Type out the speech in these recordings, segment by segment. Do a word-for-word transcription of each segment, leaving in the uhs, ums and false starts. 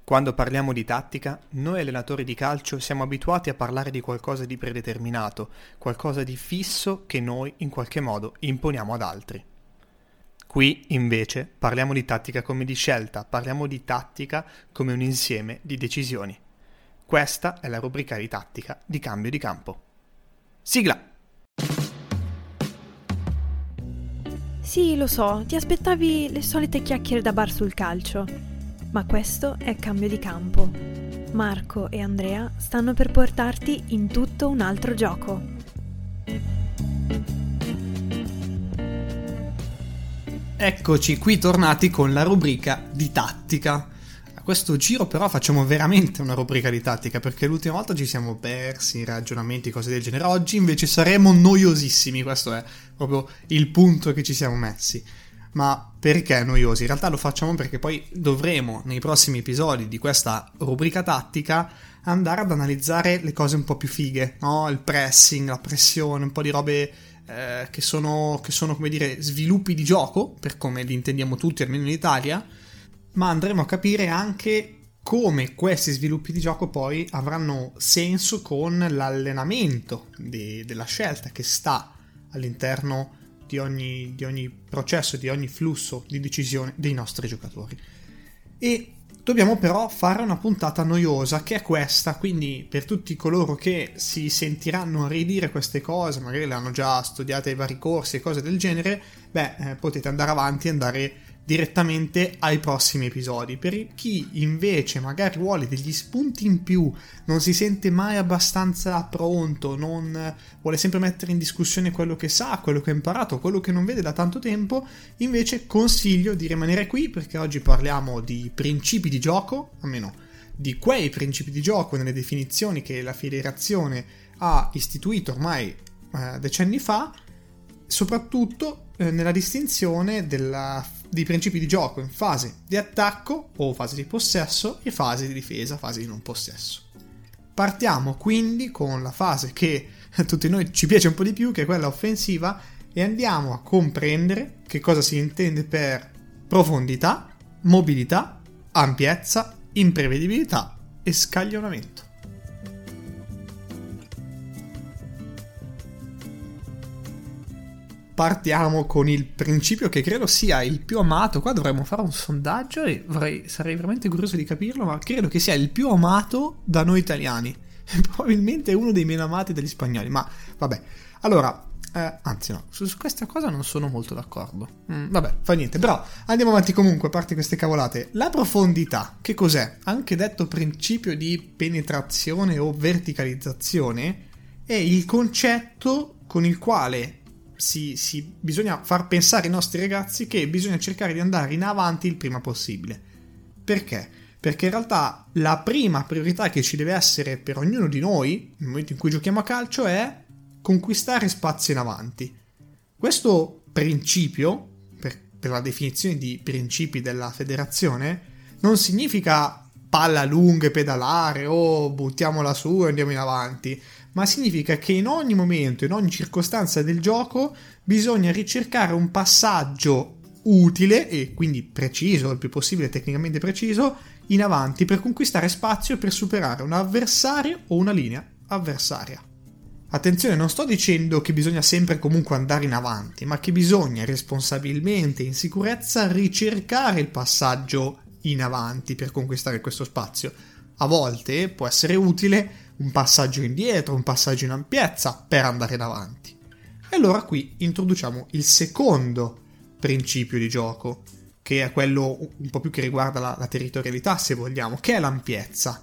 Quando parliamo di tattica, noi allenatori di calcio siamo abituati a parlare di qualcosa di predeterminato, qualcosa di fisso che noi in qualche modo imponiamo ad altri. Qui, invece, parliamo di tattica come di scelta, parliamo di tattica come un insieme di decisioni. Questa è la rubrica di tattica di Cambio di Campo. Sigla! Sì, lo so, ti aspettavi le solite chiacchiere da bar sul calcio. Ma questo è Cambio di Campo. Marco e Andrea stanno per portarti in tutto un altro gioco. Eccoci qui tornati con la rubrica di tattica. A questo giro però facciamo veramente una rubrica di tattica, perché l'ultima volta ci siamo persi in ragionamenti, cose del genere. Oggi invece saremo noiosissimi, questo è proprio il punto che ci siamo messi. Ma perché noiosi? In realtà lo facciamo perché poi dovremo, nei prossimi episodi di questa rubrica tattica, andare ad analizzare le cose un po' più fighe, no? Il pressing, la pressione, un po' di robe eh, che sono, che sono, come dire, sviluppi di gioco, per come li intendiamo tutti, almeno in Italia, ma andremo a capire anche come questi sviluppi di gioco poi avranno senso con l'allenamento di, della scelta che sta all'interno Di ogni, di ogni processo, di ogni flusso di decisione dei nostri giocatori. E dobbiamo però fare una puntata noiosa, che è questa, quindi per tutti coloro che si sentiranno ridire queste cose, magari le hanno già studiate ai vari corsi e cose del genere, beh, eh, potete andare avanti e andare direttamente ai prossimi episodi. Per chi invece magari vuole degli spunti in più, non si sente mai abbastanza pronto, non vuole sempre mettere in discussione quello che sa, quello che ha imparato, quello che non vede da tanto tempo, invece consiglio di rimanere qui, perché oggi parliamo di principi di gioco, almeno di quei principi di gioco nelle definizioni che la federazione ha istituito ormai eh, decenni fa, soprattutto eh, nella distinzione della, dei principi di gioco in fase di attacco o fase di possesso e fase di difesa, fase di non possesso. Partiamo quindi con la fase che a tutti noi ci piace un po' di più, che è quella offensiva, e andiamo a comprendere che cosa si intende per profondità, mobilità, ampiezza, imprevedibilità e scaglionamento. Partiamo con il principio che credo sia il più amato. Qua dovremmo fare un sondaggio e vorrei, sarei veramente curioso di capirlo, ma credo che sia il più amato da noi italiani. Probabilmente è uno dei meno amati dagli spagnoli, ma vabbè. Allora, eh, anzi no, su, su questa cosa non sono molto d'accordo. Mm, vabbè, fa niente, però andiamo avanti comunque, a parte queste cavolate. La profondità, che cos'è? Anche detto principio di penetrazione o verticalizzazione, è il concetto con il quale Si, si bisogna far pensare ai nostri ragazzi che bisogna cercare di andare in avanti il prima possibile. Perché? Perché in realtà la prima priorità che ci deve essere per ognuno di noi nel momento in cui giochiamo a calcio è conquistare spazio in avanti. Questo principio, per, per la definizione di principi della federazione, non significa palla lunga e pedalare o buttiamola su e andiamo in avanti, ma significa che in ogni momento, in ogni circostanza del gioco, bisogna ricercare un passaggio utile e quindi preciso, il più possibile tecnicamente preciso, in avanti per conquistare spazio e per superare un avversario o una linea avversaria. Attenzione, non sto dicendo che bisogna sempre comunque andare in avanti, ma che bisogna responsabilmente, in sicurezza, ricercare il passaggio in avanti per conquistare questo spazio. A volte può essere utile un passaggio indietro, un passaggio in ampiezza per andare davanti. E allora qui introduciamo il secondo principio di gioco, che è quello un po' più che riguarda la, la territorialità, se vogliamo, che è l'ampiezza.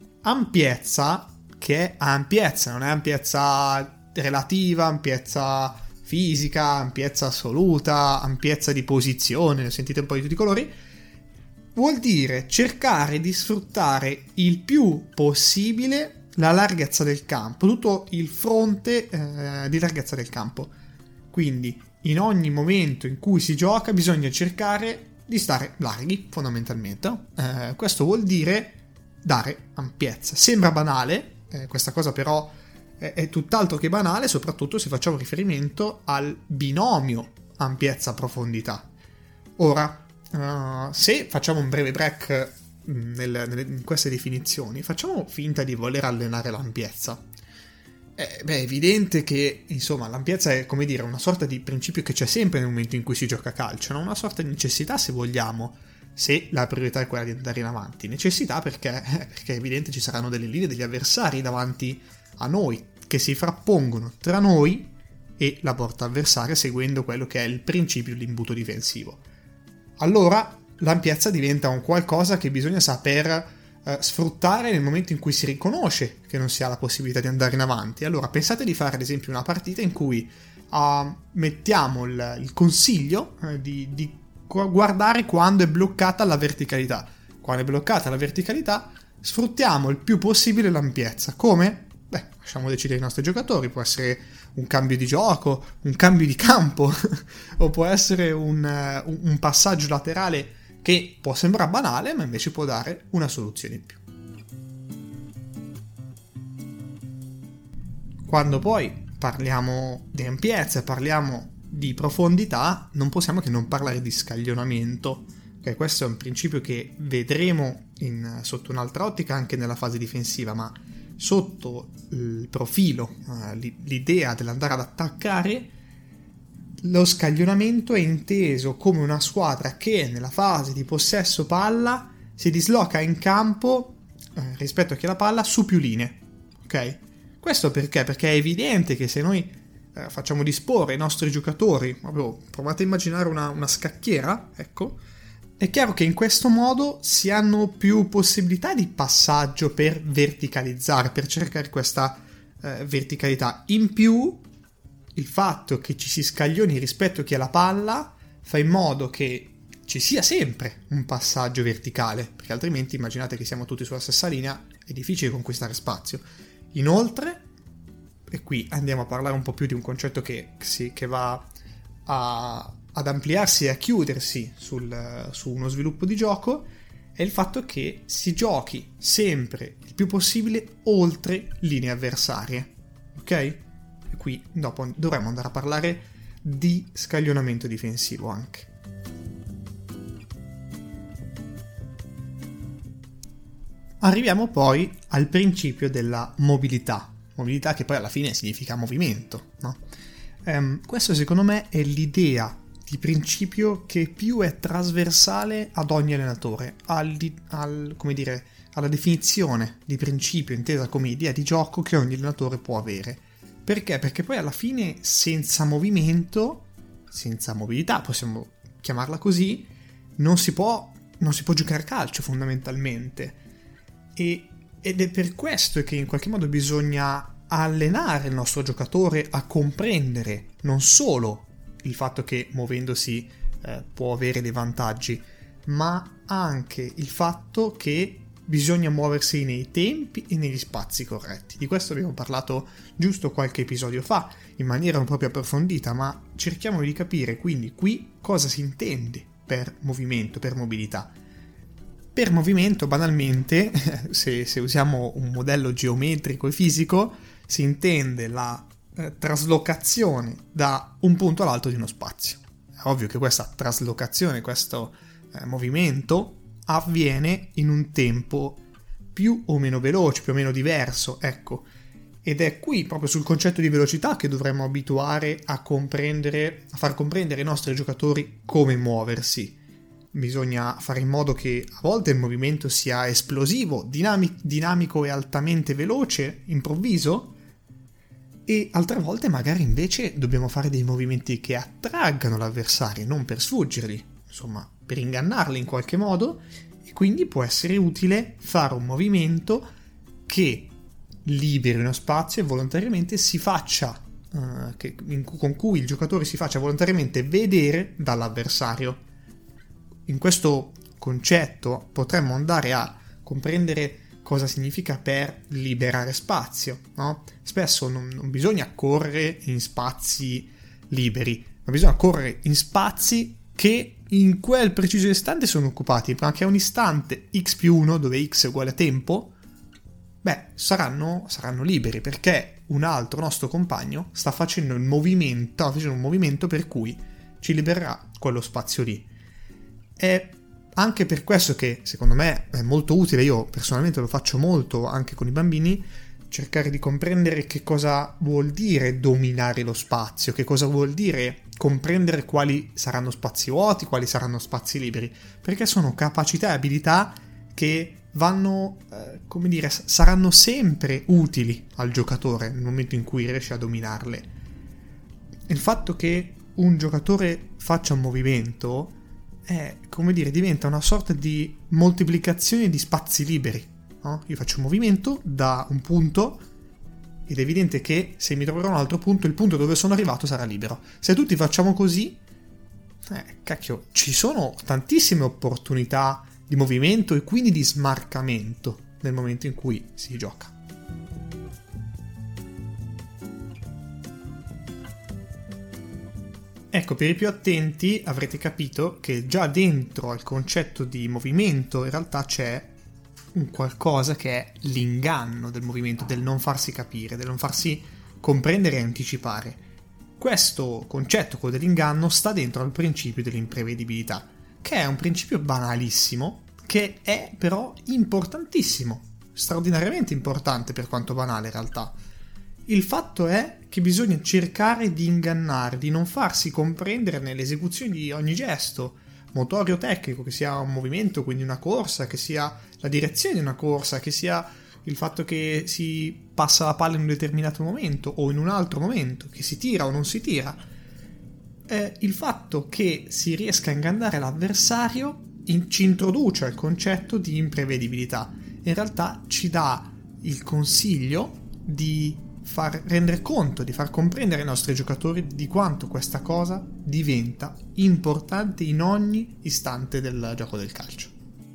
Ampiezza, che è ampiezza, non è ampiezza relativa, ampiezza fisica, ampiezza assoluta, ampiezza di posizione, ne sentite un po' di tutti i colori. Vuol dire cercare di sfruttare il più possibile la larghezza del campo, tutto il fronte eh, di larghezza del campo. Quindi in ogni momento in cui si gioca bisogna cercare di stare larghi, fondamentalmente. Eh, questo vuol dire dare ampiezza. Sembra banale, eh, questa cosa però è, è tutt'altro che banale, soprattutto se facciamo riferimento al binomio ampiezza-profondità. Ora, Uh, se facciamo un breve break nel, nelle, in queste definizioni, facciamo finta di voler allenare l'ampiezza. Eh, beh, è evidente che, insomma, l'ampiezza è, come dire, una sorta di principio che c'è sempre nel momento in cui si gioca a calcio, no? Una sorta di necessità, se vogliamo, se la priorità è quella di andare in avanti. Necessità perché, eh, perché è evidente ci saranno delle linee, degli avversari davanti a noi, che si frappongono tra noi e la porta avversaria, seguendo quello che è il principio dell'imbuto difensivo. Allora l'ampiezza diventa un qualcosa che bisogna saper eh, sfruttare nel momento in cui si riconosce che non si ha la possibilità di andare in avanti. Allora pensate di fare ad esempio una partita in cui uh, mettiamo il, il consiglio eh, di, di guardare quando è bloccata la verticalità. Quando è bloccata la verticalità sfruttiamo il più possibile l'ampiezza. Come? Beh, lasciamo decidere i nostri giocatori, può essere un cambio di gioco, un cambio di campo o può essere un, un, un passaggio laterale che può sembrare banale ma invece può dare una soluzione in più. Quando poi parliamo di ampiezza, parliamo di profondità, non possiamo che non parlare di scaglionamento. Okay, questo è un principio che vedremo in, sotto un'altra ottica anche nella fase difensiva, ma sotto il profilo, l'idea dell'andare ad attaccare, lo scaglionamento è inteso come una squadra che nella fase di possesso palla si disloca in campo eh, rispetto a chi ha la palla su più linee. Ok? Questo perché? Perché è evidente che se noi eh, facciamo disporre i nostri giocatori, proprio, provate a immaginare una, una scacchiera, ecco, è chiaro che in questo modo si hanno più possibilità di passaggio per verticalizzare, per cercare questa eh, verticalità. In più, il fatto che ci si scaglioni rispetto a chi ha la palla fa in modo che ci sia sempre un passaggio verticale, perché altrimenti immaginate che siamo tutti sulla stessa linea, è difficile conquistare spazio. Inoltre, e qui andiamo a parlare un po' più di un concetto che, sì, che va a... ad ampliarsi e a chiudersi sul, su uno sviluppo di gioco, è il fatto che si giochi sempre il più possibile oltre linee avversarie. Ok? E qui dopo dovremmo andare a parlare di scaglionamento difensivo anche. Arriviamo poi al principio della mobilità. Mobilità che poi alla fine significa movimento, no? Um, questo secondo me è l'idea di principio che più è trasversale ad ogni allenatore, al, al, come dire, alla definizione di principio intesa come idea di gioco che ogni allenatore può avere. Perché? Perché poi alla fine senza movimento, senza mobilità, possiamo chiamarla così, non si può, non si può giocare a calcio fondamentalmente. E, ed è per questo che in qualche modo bisogna allenare il nostro giocatore a comprendere non solo il fatto che muovendosi eh, può avere dei vantaggi, ma anche il fatto che bisogna muoversi nei tempi e negli spazi corretti. Di questo abbiamo parlato giusto qualche episodio fa, in maniera un po' più approfondita, ma cerchiamo di capire quindi qui cosa si intende per movimento, per mobilità. Per movimento, banalmente, se, se usiamo un modello geometrico e fisico, si intende la eh, traslocazione da un punto all'altro di uno spazio. È ovvio che questa traslocazione, questo eh, movimento avviene in un tempo più o meno veloce, più o meno diverso, ecco. Ed è qui, proprio sul concetto di velocità, che dovremmo abituare a comprendere, a far comprendere ai nostri giocatori come muoversi. Bisogna fare in modo che a volte il movimento sia esplosivo, dinamic- dinamico e altamente veloce, improvviso, e altre volte magari invece dobbiamo fare dei movimenti che attraggano l'avversario, non per sfuggirgli, insomma, per ingannarli in qualche modo, e quindi può essere utile fare un movimento che liberi uno spazio e volontariamente si faccia, uh, che, in, con cui il giocatore si faccia volontariamente vedere dall'avversario. In questo concetto potremmo andare a comprendere cosa significa per liberare spazio, no? Spesso non, non bisogna correre in spazi liberi, ma bisogna correre in spazi che in quel preciso istante sono occupati, perché a un istante x più uno, dove x è uguale a tempo, beh, saranno, saranno liberi, perché un altro nostro compagno sta facendo il movimento, sta facendo un movimento per cui ci libererà quello spazio lì. È anche per questo che secondo me è molto utile, io personalmente lo faccio molto anche con i bambini, cercare di comprendere che cosa vuol dire dominare lo spazio, che cosa vuol dire comprendere quali saranno spazi vuoti, quali saranno spazi liberi, perché sono capacità e abilità che vanno, eh, come dire, saranno sempre utili al giocatore nel momento in cui riesce a dominarle. Il fatto che un giocatore faccia un movimento è, come dire, diventa una sorta di moltiplicazione di spazi liberi, no? Io faccio un movimento da un punto ed è evidente che se mi troverò a un altro punto, il punto dove sono arrivato sarà libero. Se tutti facciamo così, eh, cacchio, ci sono tantissime opportunità di movimento e quindi di smarcamento nel momento in cui si gioca. Ecco, per i più attenti avrete capito che già dentro al concetto di movimento in realtà c'è un qualcosa che è l'inganno del movimento, del non farsi capire, del non farsi comprendere e anticipare. Questo concetto, quello dell'inganno, sta dentro al principio dell'imprevedibilità, che è un principio banalissimo, che è però importantissimo, straordinariamente importante per quanto banale in realtà. Il fatto è che bisogna cercare di ingannare, di non farsi comprendere nell'esecuzione di ogni gesto motorio tecnico, che sia un movimento, quindi una corsa, che sia la direzione di una corsa, che sia il fatto che si passa la palla in un determinato momento o in un altro momento, che si tira o non si tira. Eh, il fatto che si riesca a ingannare l'avversario in, ci introduce al concetto di imprevedibilità. In realtà ci dà il consiglio di far rendere conto, di far comprendere ai nostri giocatori di quanto questa cosa diventa importante in ogni istante del gioco del calcio.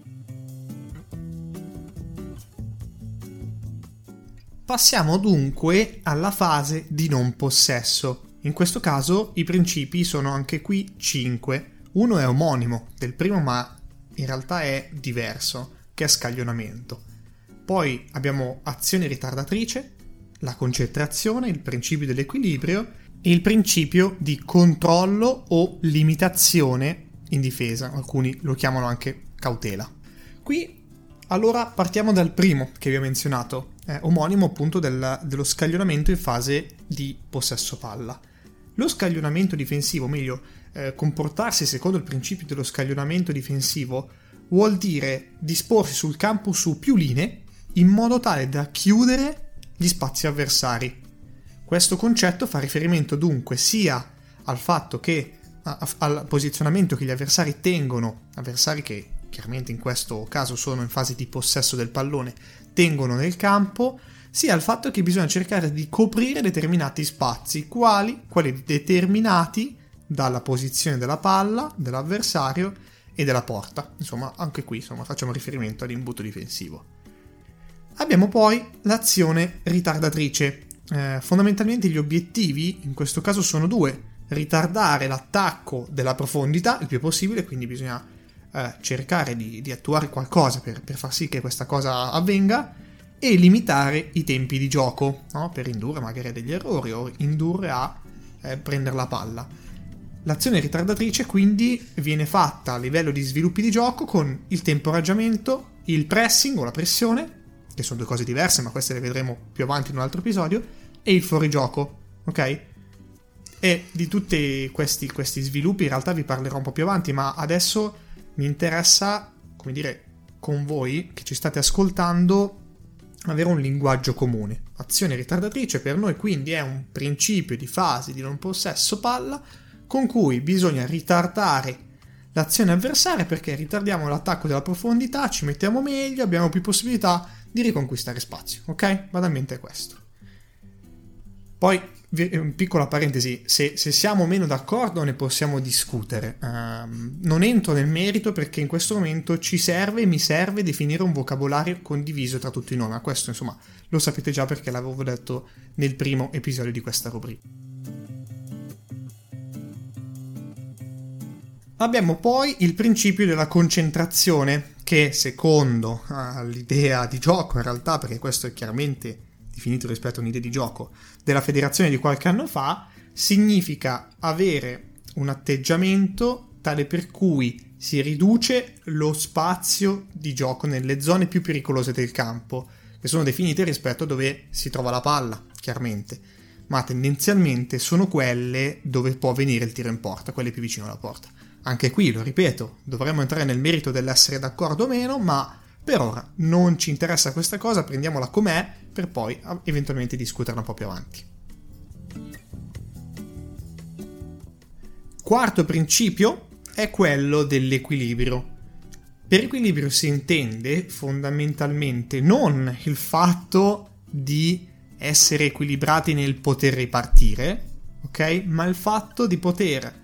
Passiamo dunque alla fase di non possesso. In questo caso i principi sono anche qui cinque. Uno è omonimo del primo, ma in realtà è diverso, che è scaglionamento. Poi abbiamo azione ritardatrice, la concentrazione, il principio dell'equilibrio e il principio di controllo o limitazione in difesa. Alcuni lo chiamano anche cautela. Qui allora partiamo dal primo che vi ho menzionato, eh, omonimo appunto del, dello scaglionamento in fase di possesso palla. Lo scaglionamento difensivo, o meglio, eh, comportarsi secondo il principio dello scaglionamento difensivo, vuol dire disporsi sul campo su più linee in modo tale da chiudere gli spazi avversari. Questo concetto fa riferimento dunque sia al fatto che a, al posizionamento che gli avversari tengono, avversari che chiaramente in questo caso sono in fase di possesso del pallone, tengono nel campo, sia al fatto che bisogna cercare di coprire determinati spazi, quali quelli determinati dalla posizione della palla, dell'avversario e della porta. Insomma, anche qui insomma, facciamo riferimento all'imbuto difensivo. Abbiamo poi l'azione ritardatrice. Eh, fondamentalmente gli obiettivi in questo caso sono due: ritardare l'attacco della profondità il più possibile, quindi bisogna eh, cercare di, di attuare qualcosa per, per far sì che questa cosa avvenga, e limitare i tempi di gioco, no? Per indurre magari a degli errori o indurre a eh, prendere la palla. L'azione ritardatrice quindi viene fatta a livello di sviluppi di gioco con il temporeggiamento, il pressing o la pressione, che sono due cose diverse, ma queste le vedremo più avanti in un altro episodio, e il fuorigioco, ok? E di tutti questi, questi sviluppi in realtà vi parlerò un po' più avanti, ma adesso mi interessa, come dire, con voi che ci state ascoltando, avere un linguaggio comune. Azione ritardatrice per noi quindi è un principio di fase di non possesso palla con cui bisogna ritardare l'azione avversaria, perché ritardiamo l'attacco della profondità, ci mettiamo meglio, abbiamo più possibilità di riconquistare spazio, ok? Banalmente è questo. Poi, piccola parentesi, se, se siamo meno d'accordo ne possiamo discutere. Um, non entro nel merito perché in questo momento ci serve, mi serve definire un vocabolario condiviso tra tutti noi, ma questo insomma lo sapete già perché l'avevo detto nel primo episodio di questa rubrica. Abbiamo poi il principio della concentrazione, che secondo uh, l'idea di gioco in realtà, perché questo è chiaramente definito rispetto a un'idea di gioco della federazione di qualche anno fa, significa avere un atteggiamento tale per cui si riduce lo spazio di gioco nelle zone più pericolose del campo, che sono definite rispetto a dove si trova la palla, chiaramente, ma tendenzialmente sono quelle dove può avvenire il tiro in porta, quelle più vicino alla porta. Anche qui, lo ripeto, dovremmo entrare nel merito dell'essere d'accordo o meno, ma per ora non ci interessa questa cosa, prendiamola com'è per poi eventualmente discuterla un po' più avanti. Quarto principio è quello dell'equilibrio. Per equilibrio si intende fondamentalmente non il fatto di essere equilibrati nel poter ripartire, ok? Ma il fatto di poter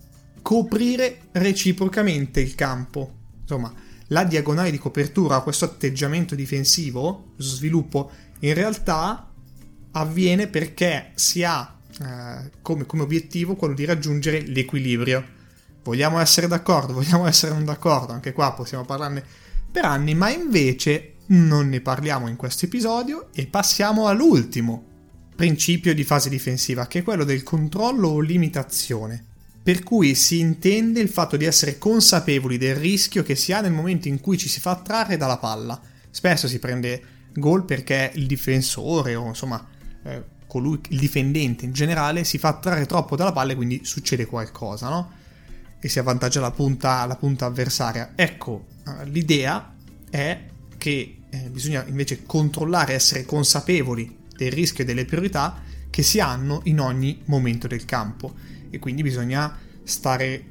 coprire reciprocamente il campo. Insomma, la diagonale di copertura, questo atteggiamento difensivo, questo sviluppo, in realtà avviene perché si ha eh, come, come obiettivo quello di raggiungere l'equilibrio. Vogliamo essere d'accordo, vogliamo essere non d'accordo, anche qua possiamo parlarne per anni, ma invece non ne parliamo in questo episodio e passiamo all'ultimo principio di fase difensiva, che è quello del controllo o limitazione, per cui si intende il fatto di essere consapevoli del rischio che si ha nel momento in cui ci si fa attrarre dalla palla. Spesso si prende gol perché il difensore o insomma eh, colui, il difendente in generale si fa attrarre troppo dalla palla e quindi succede qualcosa, no? E si avvantaggia la punta, la punta avversaria. Ecco, l'idea è che eh, bisogna invece controllare, essere consapevoli del rischio e delle priorità che si hanno in ogni momento del campo, e quindi bisogna stare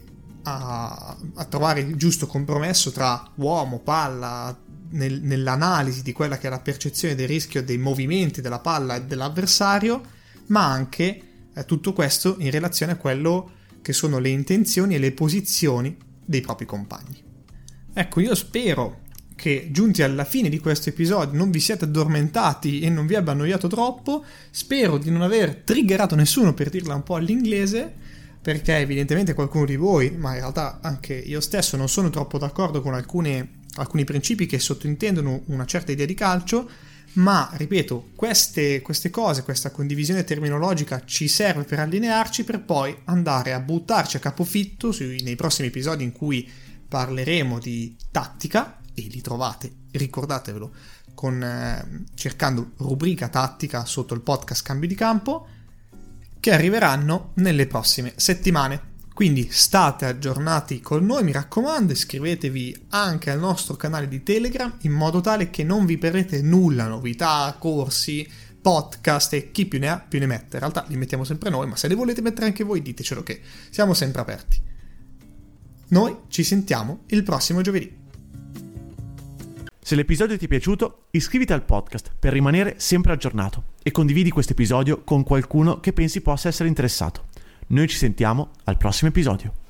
a, a trovare il giusto compromesso tra uomo, palla, nel, nell'analisi di quella che è la percezione del rischio dei movimenti della palla e dell'avversario, ma anche eh, tutto questo in relazione a quello che sono le intenzioni e le posizioni dei propri compagni. Ecco, io spero che giunti alla fine di questo episodio non vi siate addormentati e non vi abbia annoiato troppo. Spero di non aver triggerato nessuno, per dirla un po' all'inglese, perché evidentemente qualcuno di voi, ma in realtà anche io stesso, non sono troppo d'accordo con alcune, alcuni principi che sottintendono una certa idea di calcio. Ma, ripeto, queste, queste cose, questa condivisione terminologica ci serve per allinearci, per poi andare a buttarci a capofitto sui, nei prossimi episodi in cui parleremo di tattica, e li trovate, ricordatevelo, con, eh, cercando rubrica tattica sotto il podcast Cambio di Campo, che arriveranno nelle prossime settimane. Quindi state aggiornati con noi, mi raccomando, iscrivetevi anche al nostro canale di Telegram in modo tale che non vi perdete nulla, novità, corsi, podcast e chi più ne ha più ne mette. In realtà li mettiamo sempre noi, ma se li volete mettere anche voi ditecelo, che siamo sempre aperti. Noi ci sentiamo il prossimo giovedì. Se l'episodio ti è piaciuto, iscriviti al podcast per rimanere sempre aggiornato e condividi questo episodio con qualcuno che pensi possa essere interessato. Noi ci sentiamo al prossimo episodio.